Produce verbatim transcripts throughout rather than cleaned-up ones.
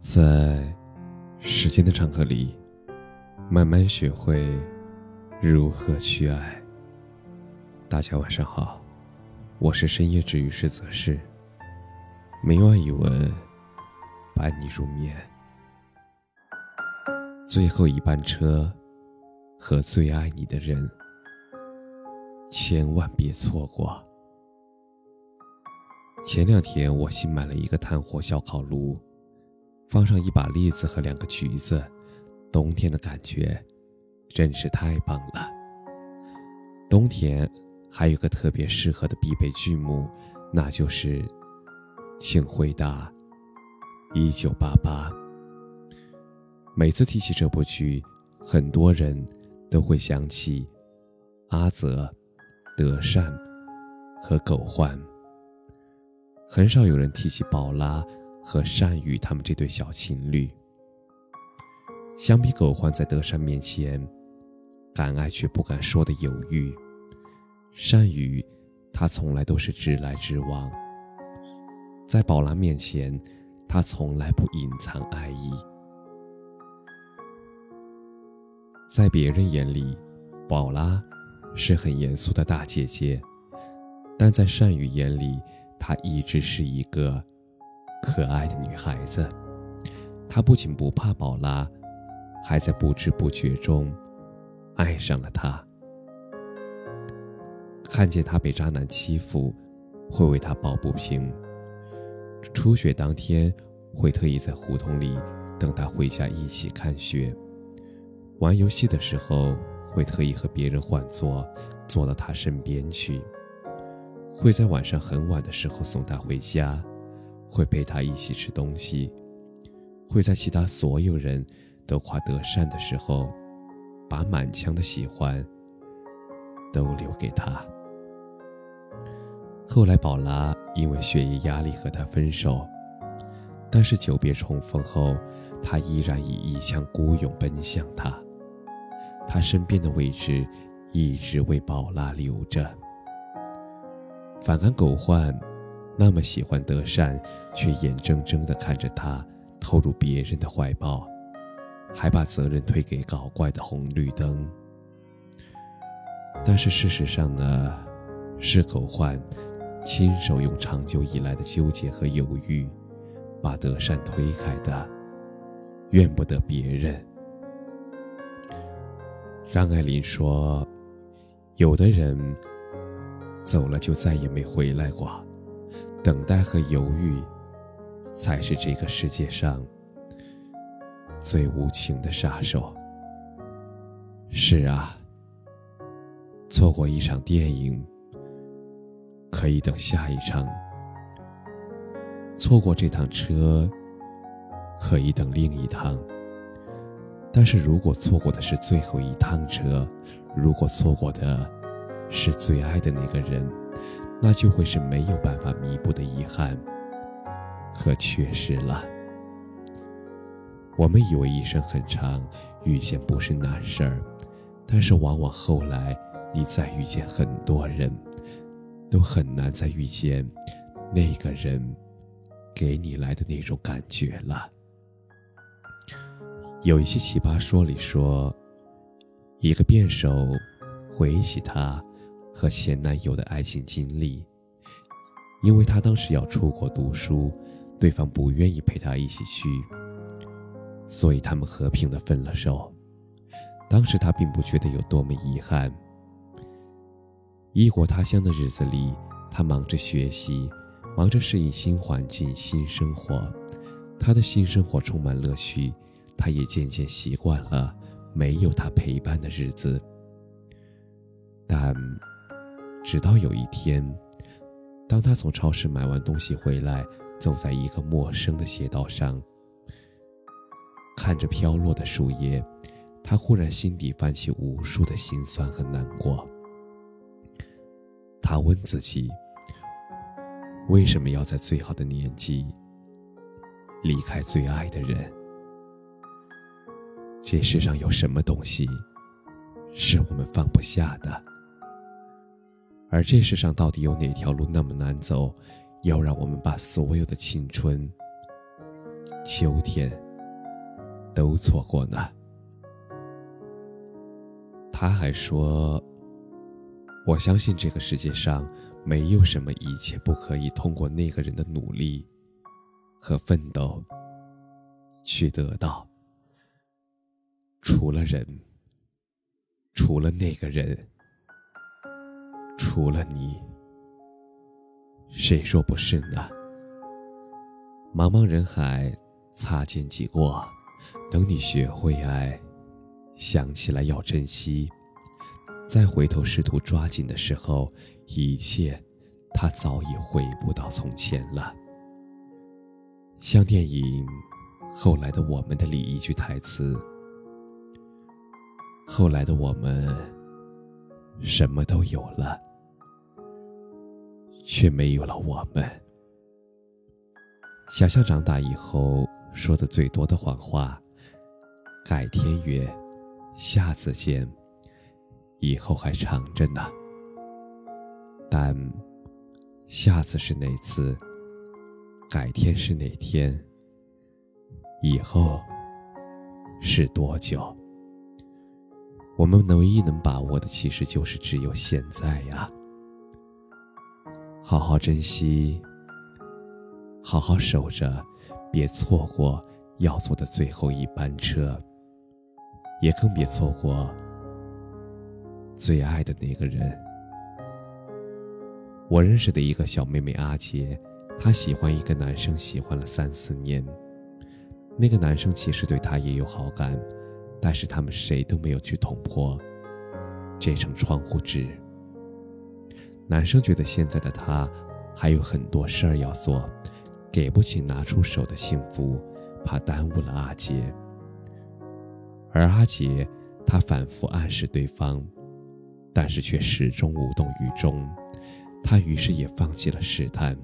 在时间的长河里，慢慢学会如何去爱。大家晚上好，我是深夜治愈师则是，每晚一文伴你入眠。最后一班车和最爱你的人，千万别错过。前两天我新买了一个炭火小烤炉，放上一把栗子和两个橘子，冬天的感觉真是太棒了。冬天还有个特别适合的必备剧目，那就是请回答一九八八。每次提起这部剧，很多人都会想起阿泽、德善和狗焕，很少有人提起宝拉和善宇他们这对小情侣。相比狗焕在德善面前敢爱却不敢说的犹豫，善宇他从来都是直来直往，在宝拉面前他从来不隐藏爱意。在别人眼里，宝拉是很严肃的大姐姐，但在善宇眼里，她一直是一个可爱的女孩子。她不仅不怕宝拉，还在不知不觉中爱上了她。看见她被渣男欺负，会为她抱不平。初雪当天，会特意在胡同里等她回家一起看雪。玩游戏的时候，会特意和别人换座，坐到她身边去。会在晚上很晚的时候送她回家，会陪她一起吃东西，会在其他所有人都夸德善的时候，把满腔的喜欢都留给她。后来宝拉因为学业压力和他分手，但是久别重逢后，他依然以一腔孤勇奔向他。他身边的位置一直为宝拉留着。反观狗焕那么喜欢德善，却眼睁睁地看着他投入别人的怀抱，还把责任推给搞怪的红绿灯。但是事实上呢，是狗焕亲手用长久以来的纠结和犹豫，把德善推开的，怨不得别人。张爱玲说，有的人走了就再也没回来过，等待和犹豫才是这个世界上最无情的杀手。是啊，错过一场电影可以等下一场，错过这趟车可以等另一趟，但是如果错过的是最后一趟车，如果错过的是最爱的那个人，那就会是没有办法弥补的遗憾和缺失了。我们以为一生很长，遇见不是难事儿，但是往往后来你再遇见很多人，都很难再遇见那个人给你来的那种感觉了。有一些奇葩说里说，一个辩手回忆起他和前男友的爱情经历，因为他当时要出国读书，对方不愿意陪他一起去，所以他们和平地分了手。当时他并不觉得有多么遗憾。异国他乡的日子里，他忙着学习，忙着适应新环境、新生活。他的新生活充满乐趣，他也渐渐习惯了没有他陪伴的日子。但直到有一天，当他从超市买完东西回来，走在一个陌生的街道上，看着飘落的树叶，他忽然心底泛起无数的心酸和难过。他问自己，为什么要在最好的年纪离开最爱的人？这世上有什么东西是我们放不下的？而这世上到底有哪条路那么难走，要让我们把所有的青春秋天都错过呢。他还说，我相信这个世界上没有什么一切不可以通过那个人的努力和奋斗去得到，除了人，除了那个人，除了你，谁说不是呢？茫茫人海，擦肩即过，等你学会爱，想起来要珍惜，再回头试图抓紧的时候，一切它早已回不到从前了。像电影《后来的我们》的里一句台词，后来的我们什么都有了，却没有了我们。想象长大以后说的最多的谎话，改天约，下次见，以后还长着呢。但下次是哪次，改天是哪天，以后是多久？我们唯一能把握的其实就是只有现在呀。好好珍惜，好好守着，别错过要坐的最后一班车，也更别错过最爱的那个人。我认识的一个小妹妹阿杰，她喜欢一个男生喜欢了三四年，那个男生其实对她也有好感，但是他们谁都没有去捅破这层窗户纸。男生觉得现在的他还有很多事儿要做，给不起拿出手的幸福，怕耽误了阿杰。而阿杰他反复暗示对方，但是却始终无动于衷，他于是也放弃了试探。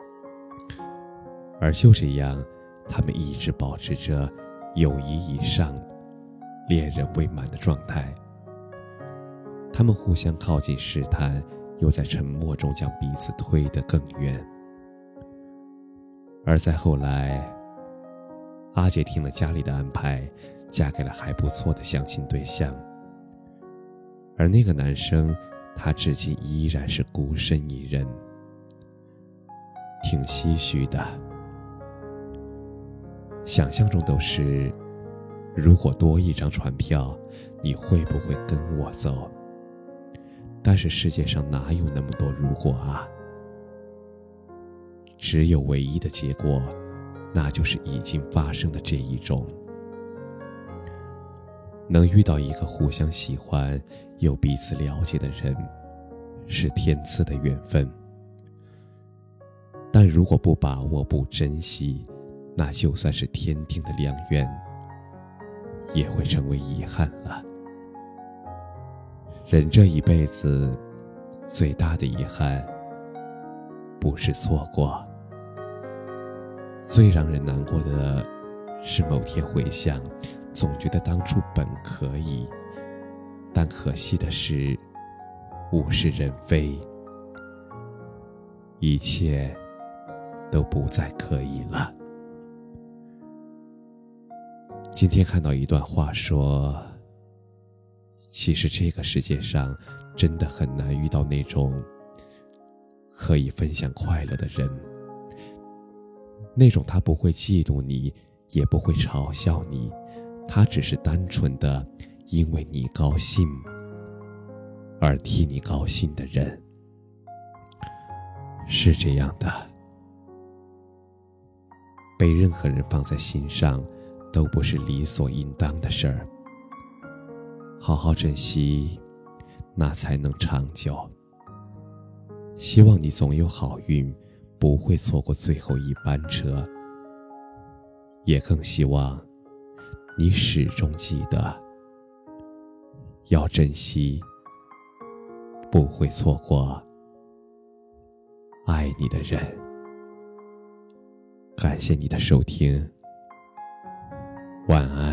而就这样，他们一直保持着友谊以上，恋人未满的状态。他们互相靠近试探，又在沉默中将彼此推得更远。而在后来，阿杰听了家里的安排，嫁给了还不错的相亲对象。而那个男生，他至今依然是孤身一人，挺唏嘘的。想象中都是，如果多一张船票，你会不会跟我走？但是世界上哪有那么多如果啊？只有唯一的结果，那就是已经发生的这一种。能遇到一个互相喜欢又彼此了解的人，是天赐的缘分。但如果不把握不珍惜，那就算是天定的良缘，也会成为遗憾了。人这一辈子最大的遗憾，不是错过，最让人难过的是某天回想，总觉得当初本可以，但可惜的是物是人非，一切都不再可以了。今天看到一段话说，其实这个世界上真的很难遇到那种可以分享快乐的人，那种他不会嫉妒你，也不会嘲笑你，他只是单纯的因为你高兴而替你高兴的人。是这样的，被任何人放在心上都不是理所应当的事儿，好好珍惜，那才能长久。希望你总有好运，不会错过最后一班车，也更希望你始终记得要珍惜，不会错过爱你的人。感谢你的收听，晚安。